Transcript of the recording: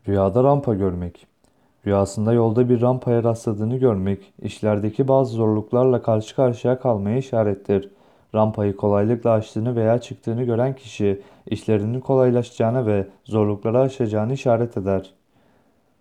Rüyada rampa görmek. Rüyasında yolda bir rampaya rastladığını görmek, işlerdeki bazı zorluklarla karşı karşıya kalmaya işarettir. Rampayı kolaylıkla aştığını veya çıktığını gören kişi, işlerinin kolaylaşacağına ve zorlukları aşacağını işaret eder.